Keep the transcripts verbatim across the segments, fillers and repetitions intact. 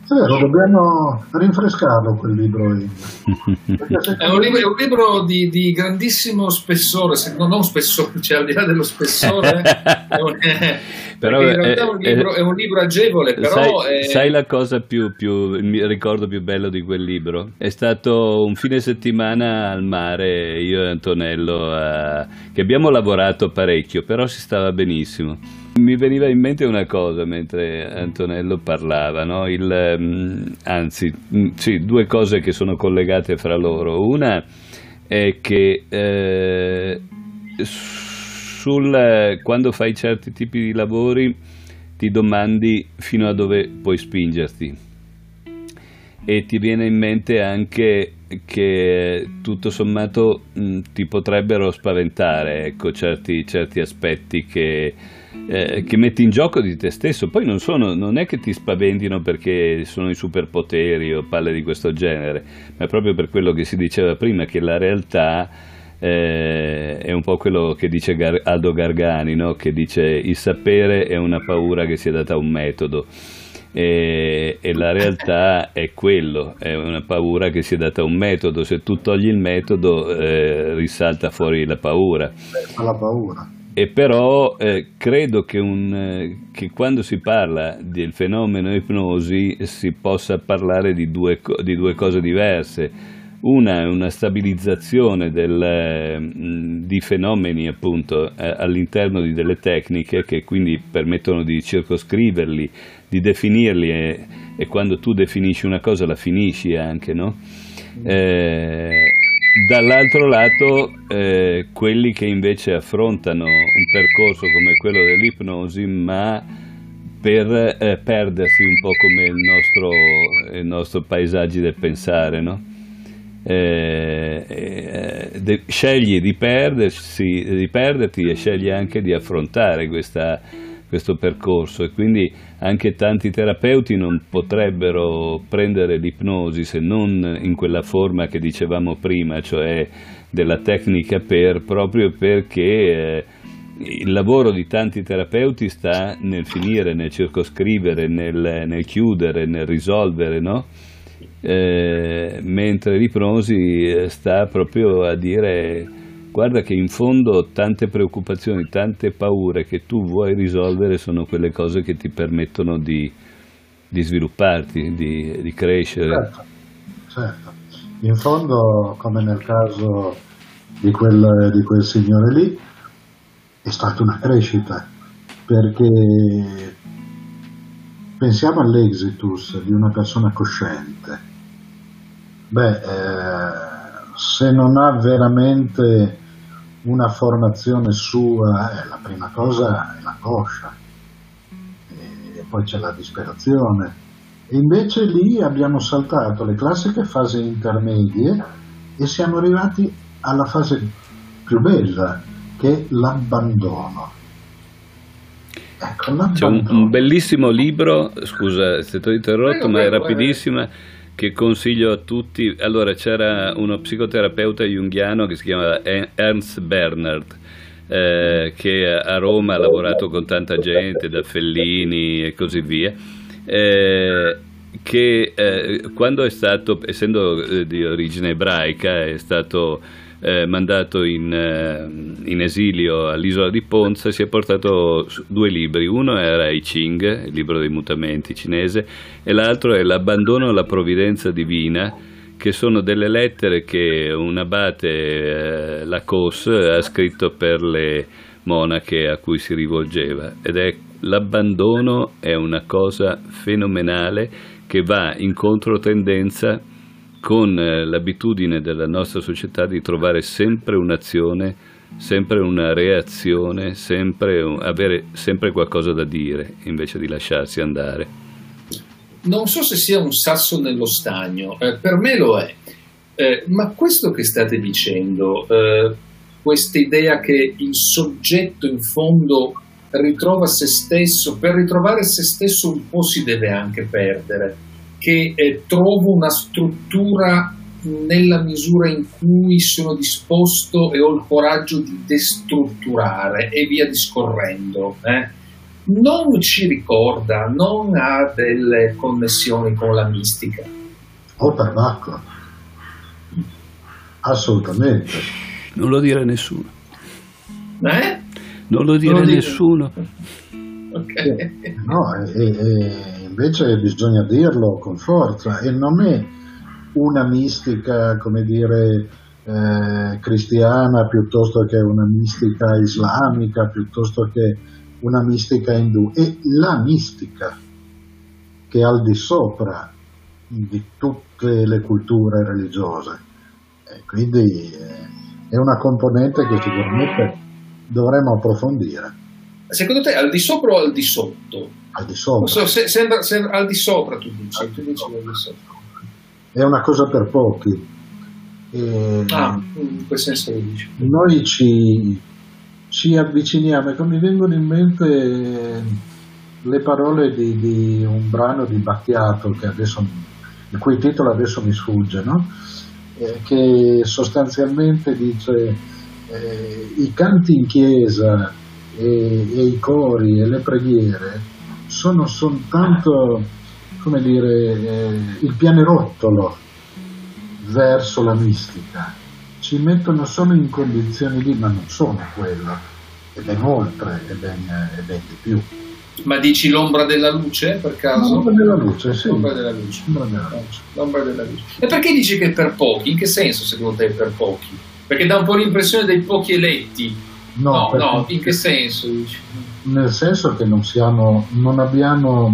È vero, dobbiamo rinfrescarlo quel libro lì. È un libro, è un libro di, di grandissimo spessore, se non un spessore, cioè al di là dello spessore, è un, è, però in realtà è, è, un libro, è, è un libro agevole, però sai, è... sai la cosa più, più il ricordo più bello di quel libro? È stato un fine settimana al mare, io e Antonello, eh, che abbiamo lavorato parecchio, però si stava benissimo. Mi veniva in mente una cosa mentre Antonello parlava, no? Il, anzi, sì, due cose che sono collegate fra loro. Una è che eh, sul, quando fai certi tipi di lavori ti domandi fino a dove puoi spingerti, e ti viene in mente anche che tutto sommato mh, ti potrebbero spaventare, ecco, certi, certi aspetti che, eh, che metti in gioco di te stesso. Poi non sono, non è che ti spaventino perché sono i superpoteri o palle di questo genere, ma è proprio per quello che si diceva prima, che la realtà eh, è un po' quello che dice Gar- Aldo Gargani, no? Che dice: il sapere è una paura che si è data a un metodo. E, e la realtà è quello, è una paura che si è data a un metodo. Se tu togli il metodo eh, risalta fuori la paura. La paura. E però eh, credo che, un, eh, che quando si parla del fenomeno ipnosi si possa parlare di due, di due cose diverse. Una è una stabilizzazione del, di fenomeni, appunto, eh, all'interno di delle tecniche che quindi permettono di circoscriverli, di definirli, e, e quando tu definisci una cosa la finisci anche, no? Eh, dall'altro lato eh, quelli che invece affrontano un percorso come quello dell'ipnosi, ma per eh, perdersi un po' come il nostro, il nostro paesaggi del pensare, no? Eh, eh, de- scegli di perdersi, di perderti, e scegli anche di affrontare questa, questo percorso, e quindi anche tanti terapeuti non potrebbero prendere l'ipnosi se non in quella forma che dicevamo prima, cioè della tecnica per, proprio perché eh, il lavoro di tanti terapeuti sta nel finire, nel circoscrivere, nel, nel chiudere, nel risolvere, no? Eh, mentre l'ipnosi sta proprio a dire: guarda che in fondo tante preoccupazioni, tante paure che tu vuoi risolvere sono quelle cose che ti permettono di, di svilupparti, di, di crescere. Certo, certo. In fondo, come nel caso di quel, di quel signore lì, è stata una crescita, perché pensiamo all'exitus di una persona cosciente. Beh, eh, se non ha veramente una formazione sua, eh, la prima cosa è l'angoscia, e poi c'è la disperazione. E invece lì abbiamo saltato le classiche fasi intermedie e siamo arrivati alla fase più bella, che è l'abbandono. Ecco, c'è un, un bellissimo libro, scusa se ti ho interrotto, prego, ma prego, è rapidissima, prego. Che consiglio a tutti. Allora, c'era uno psicoterapeuta junghiano che si chiama Ernst Bernhard, eh, che a Roma ha lavorato con tanta gente, da Fellini e così via, eh, che eh, quando è stato, essendo eh, di origine ebraica, è stato Eh, mandato in, eh, in esilio all'isola di Ponza, si è portato due libri. Uno era I Ching, il libro dei mutamenti cinese, e l'altro è L'abbandono alla provvidenza divina, che sono delle lettere che un abate, eh, Lacoste, ha scritto per le monache a cui si rivolgeva. Ed è l'abbandono è una cosa fenomenale che va in controtendenza con l'abitudine della nostra società di trovare sempre un'azione, sempre una reazione, sempre avere sempre qualcosa da dire invece di lasciarsi andare. Non so se sia un sasso nello stagno, eh, per me lo è, eh, ma questo che state dicendo, eh, questa idea che il soggetto in fondo ritrova se stesso, per ritrovare se stesso un po' si deve anche perdere, che eh, trovo una struttura nella misura in cui sono disposto e ho il coraggio di destrutturare e via discorrendo. Eh. non ci ricorda, non ha delle connessioni con la mistica. O perbacco, assolutamente. Non lo dire a nessuno. Eh? Non lo dire a nessuno. Okay. No, e, e invece bisogna dirlo con forza, e non è una mistica, come dire, eh, cristiana piuttosto che una mistica islamica, piuttosto che una mistica indù, è la mistica che è al di sopra di tutte le culture religiose, e quindi eh, è una componente che sicuramente dovremmo approfondire. Secondo te al di sopra o al di sotto? Al di sopra. So, se, sembra, sembra, al di sopra tu dici, tu dici al di sopra. È una cosa per pochi. E ah, in quel senso lo dici. Noi ci, ci avviciniamo, e mi vengono in mente le parole di, di un brano di Battiato, che adesso, il cui titolo adesso mi sfugge, no? Eh, che sostanzialmente dice eh, i canti in chiesa e, e i cori e le preghiere sono soltanto, come dire, eh, il pianerottolo verso la mistica, ci mettono solo in condizioni lì, ma non sono quello, è ben oltre, è ben, è ben di più. Ma dici l'ombra della luce, per caso? L'ombra della luce, sì. L'ombra della luce. L'ombra della luce. L'ombra della luce. E perché dici che è per pochi? In che senso secondo te è per pochi? Perché dà un po' l'impressione dei pochi eletti. No, no, perché, no, in che senso dici? Nel senso che non siamo, non abbiamo,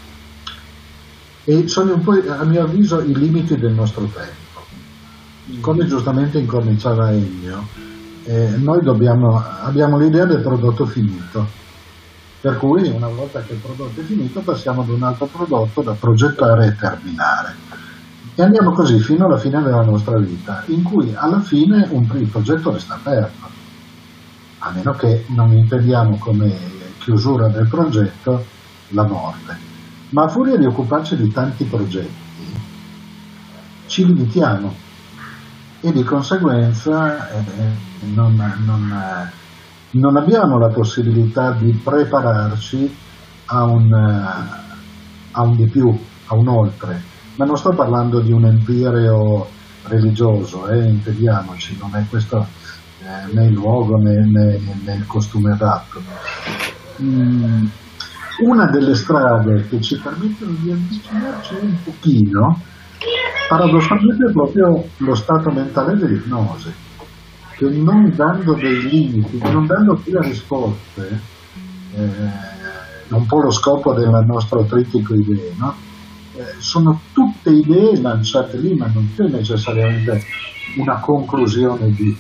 e sono un po', a mio avviso, i limiti del nostro tempo. Come giustamente incominciava Ennio, eh, noi dobbiamo, abbiamo l'idea del prodotto finito, per cui una volta che il prodotto è finito passiamo ad un altro prodotto da progettare e terminare, e andiamo così fino alla fine della nostra vita, in cui alla fine un, il progetto resta aperto, a meno che non intendiamo come chiusura del progetto la morte. Ma a furia di occuparci di tanti progetti ci limitiamo, e di conseguenza eh, non, non, eh, non abbiamo la possibilità di prepararci a un, uh, a un di più, a un oltre. Ma non sto parlando di un empireo religioso, eh, intendiamoci, non è questo eh, né il luogo né, né, né il costume adatto. Mm, una delle strade che ci permettono di avvicinarci un pochino, paradossalmente, è proprio lo stato mentale dell'ipnosi, che non dando dei limiti, non dando più le risposte, eh, un po' lo scopo del nostro trittico idee, no? Eh, sono tutte idee lanciate lì, ma non c'è necessariamente una conclusione di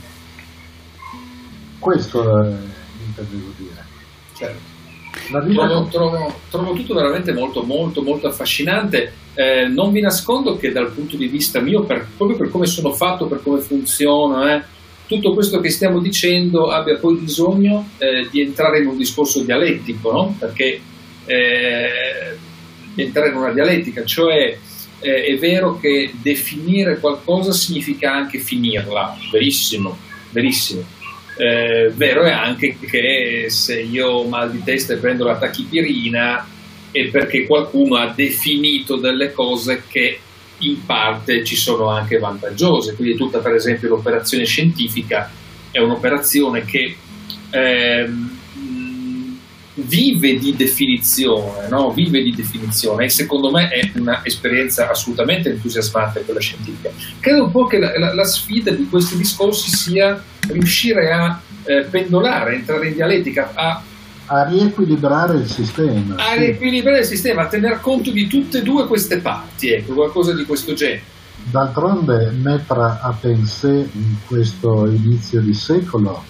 questo, eh, intendevo dire. Certo. La vita trovo, trovo, trovo tutto veramente molto molto molto affascinante. Eh, non vi nascondo che dal punto di vista mio, per, proprio per come sono fatto, per come funziona, eh, tutto questo che stiamo dicendo abbia poi bisogno eh, di entrare in un discorso dialettico, no? Perché eh, di entrare in una dialettica, cioè eh, è vero che definire qualcosa significa anche finirla, verissimo, verissimo. Eh, vero è anche che se io ho mal di testa e prendo la tachipirina è perché qualcuno ha definito delle cose che in parte ci sono anche vantaggiose, quindi tutta, per esempio, l'operazione scientifica è un'operazione che ehm, vive di definizione, no? Vive di definizione, e secondo me è un'esperienza assolutamente entusiasmante quella scientifica. Credo un po' che la, la, la sfida di questi discorsi sia riuscire a eh, pendolare, entrare in dialettica, a a riequilibrare il sistema. A sì. riequilibrare il sistema, a tener conto di tutte e due queste parti, ecco, qualcosa di questo genere. D'altronde, Netra a pensé in questo inizio di secolo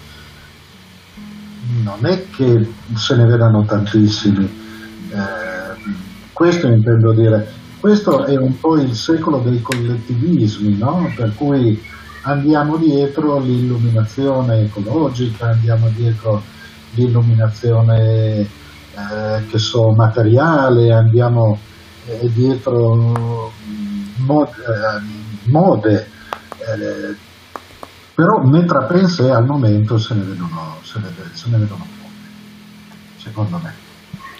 non è che se ne vedano tantissimi, eh, questo intendo dire. Questo è un po' il secolo dei collettivismi, no? Per cui andiamo dietro l'illuminazione ecologica, andiamo dietro l'illuminazione eh, che so materiale, andiamo eh, dietro mod, eh, mode, eh, però mentre pensi al momento se ne vedono, se ne, se ne vedono poche, secondo me.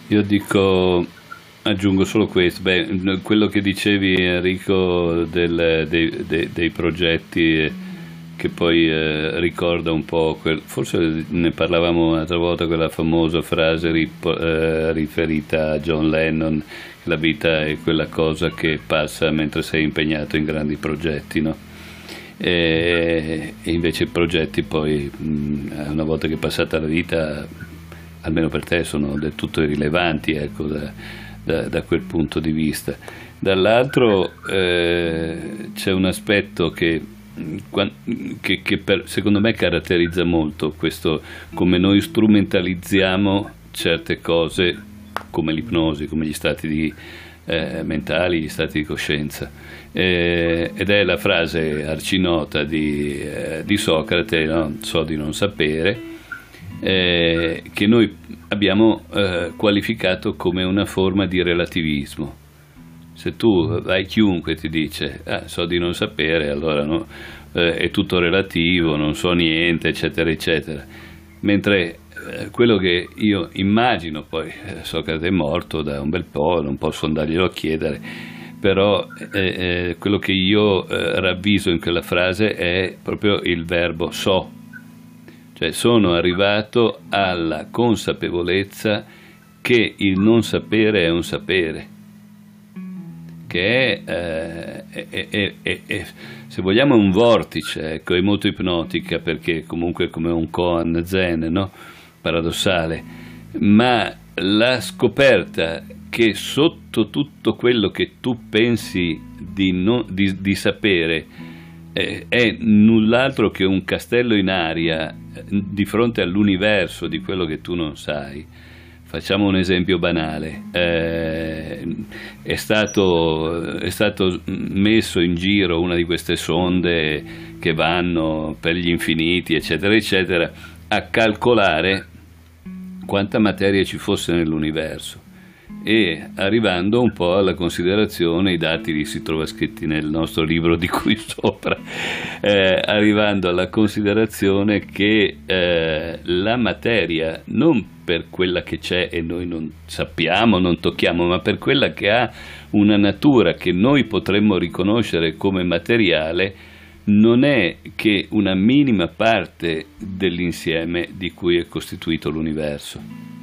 Io dico, aggiungo solo questo, beh, quello che dicevi Enrico del, dei, dei, dei progetti, che poi eh, ricorda un po', quel, forse ne parlavamo un'altra volta, quella famosa frase rip, eh, riferita a John Lennon, che la vita è quella cosa che passa mentre sei impegnato in grandi progetti, no? E, e invece i progetti poi, una volta che è passata la vita, almeno per te, sono del tutto irrilevanti, ecco, da, da, da quel punto di vista. Dall'altro eh, c'è un aspetto che, che, che per, secondo me caratterizza molto questo, come noi strumentalizziamo certe cose, come l'ipnosi, come gli stati di, eh, mentali, gli stati di coscienza. Eh, ed è la frase arcinota di, eh, di Socrate, no? So di non sapere, eh, che noi abbiamo eh, qualificato come una forma di relativismo. Se tu vai, chiunque ti dice ah, so di non sapere, allora no, eh, è tutto relativo, non so niente, eccetera, eccetera. Mentre eh, quello che io immagino, poi eh, Socrate è morto da un bel po', non posso andarglielo a chiedere, però eh, eh, quello che io eh, ravviso in quella frase è proprio il verbo so, cioè sono arrivato alla consapevolezza che il non sapere è un sapere, che è, eh, è, è, è, è se vogliamo un vortice, ecco, è molto ipnotica perché comunque è come un koan zen, no? Paradossale, ma la scoperta che sotto tutto quello che tu pensi di, no, di, di sapere eh, è null'altro che un castello in aria eh, di fronte all'universo di quello che tu non sai. Facciamo un esempio banale, eh, è stato, è stato messo in giro una di queste sonde che vanno per gli infiniti, eccetera, eccetera, a calcolare quanta materia ci fosse nell'universo, e arrivando un po' alla considerazione, i dati li si trova scritti nel nostro libro di qui sopra, eh, arrivando alla considerazione che eh, la materia, non per quella che c'è e noi non sappiamo, non tocchiamo, ma per quella che ha una natura che noi potremmo riconoscere come materiale, non è che una minima parte dell'insieme di cui è costituito l'universo.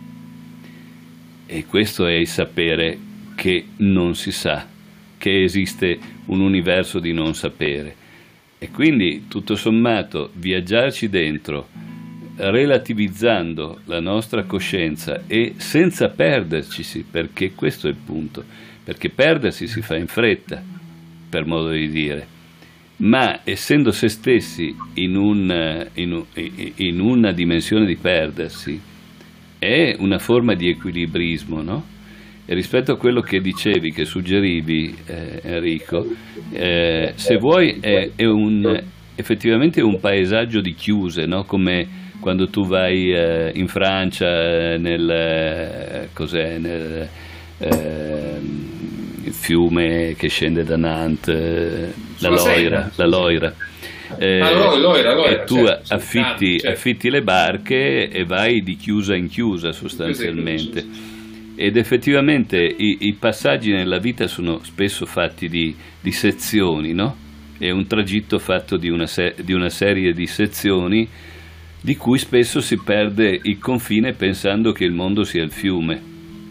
E questo è il sapere che non si sa, che esiste un universo di non sapere. E quindi, tutto sommato, viaggiarci dentro, relativizzando la nostra coscienza e senza perderci, perché questo è il punto, perché perdersi si fa in fretta, per modo di dire, ma essendo se stessi in, un, in, un, in una dimensione di perdersi, è una forma di equilibrismo, no? E rispetto a quello che dicevi, che suggerivi, eh, Enrico, eh, se vuoi è, è un, effettivamente è un paesaggio di chiuse, no? Come quando tu vai eh, in Francia nel, eh, cos'è, nel eh, fiume che scende da Nantes, eh, la Loira, la Loira. Eh, allora, Loira, Loira, e tu certo, affitti, certo. affitti le barche e vai di chiusa in chiusa sostanzialmente. Ed effettivamente i, i passaggi nella vita sono spesso fatti di, di sezioni, no? È un tragitto fatto di una, se, di una serie di sezioni di cui spesso si perde il confine pensando che il mondo sia il fiume.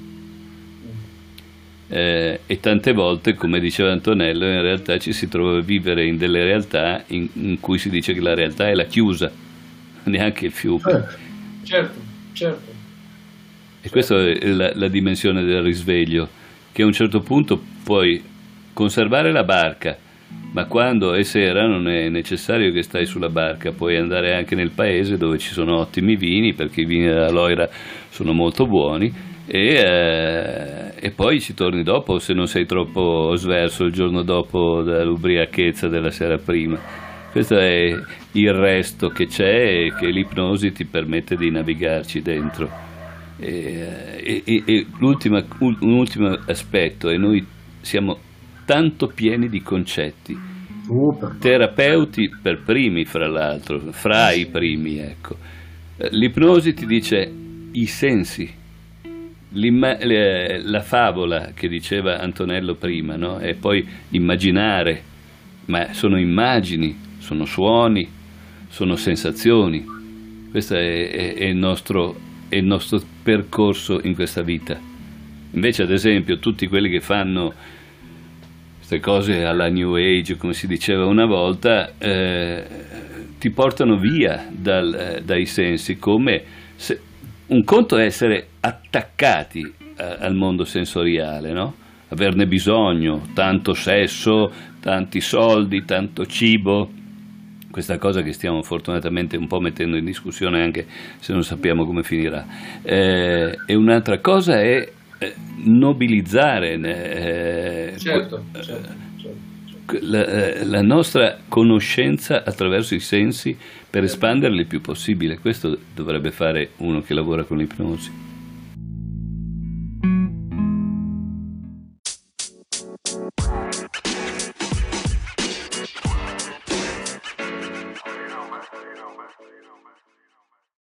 Eh, e tante volte, come diceva Antonello, in realtà ci si trova a vivere in delle realtà in, in cui si dice che la realtà è la chiusa, neanche il fiume. Certo, certo. E questa è la, la dimensione del risveglio, che a un certo punto puoi conservare la barca, ma quando è sera non è necessario che stai sulla barca, puoi andare anche nel paese dove ci sono ottimi vini, perché i vini della Loira sono molto buoni, e, eh, e poi ci torni dopo, se non sei troppo sverso il giorno dopo dall'ubriachezza della sera prima. Questo è il resto che c'è e che l'ipnosi ti permette di navigarci dentro. E, e, e, e l'ultima, un ultimo aspetto è: noi siamo tanto pieni di concetti, terapeuti per primi, fra l'altro, fra i primi, ecco. L'ipnosi ti dice i sensi, la favola che diceva Antonello prima, no? E poi immaginare, ma sono immagini, sono suoni, sono sensazioni. Questo è, è, è, il nostro, è il nostro percorso in questa vita. Invece, ad esempio, tutti quelli che fanno queste cose alla New Age, come si diceva una volta, eh, ti portano via dal, eh, dai sensi, come se, un conto è essere attaccati a, al mondo sensoriale, no? Averne bisogno, tanto sesso, tanti soldi, tanto cibo, questa cosa che stiamo fortunatamente un po' mettendo in discussione anche se non sappiamo come finirà. Eh, e un'altra cosa è nobilizzare eh, certo, certo, certo. La, la nostra conoscenza attraverso i sensi per espanderli il più possibile. Questo dovrebbe fare uno che lavora con l'ipnosi.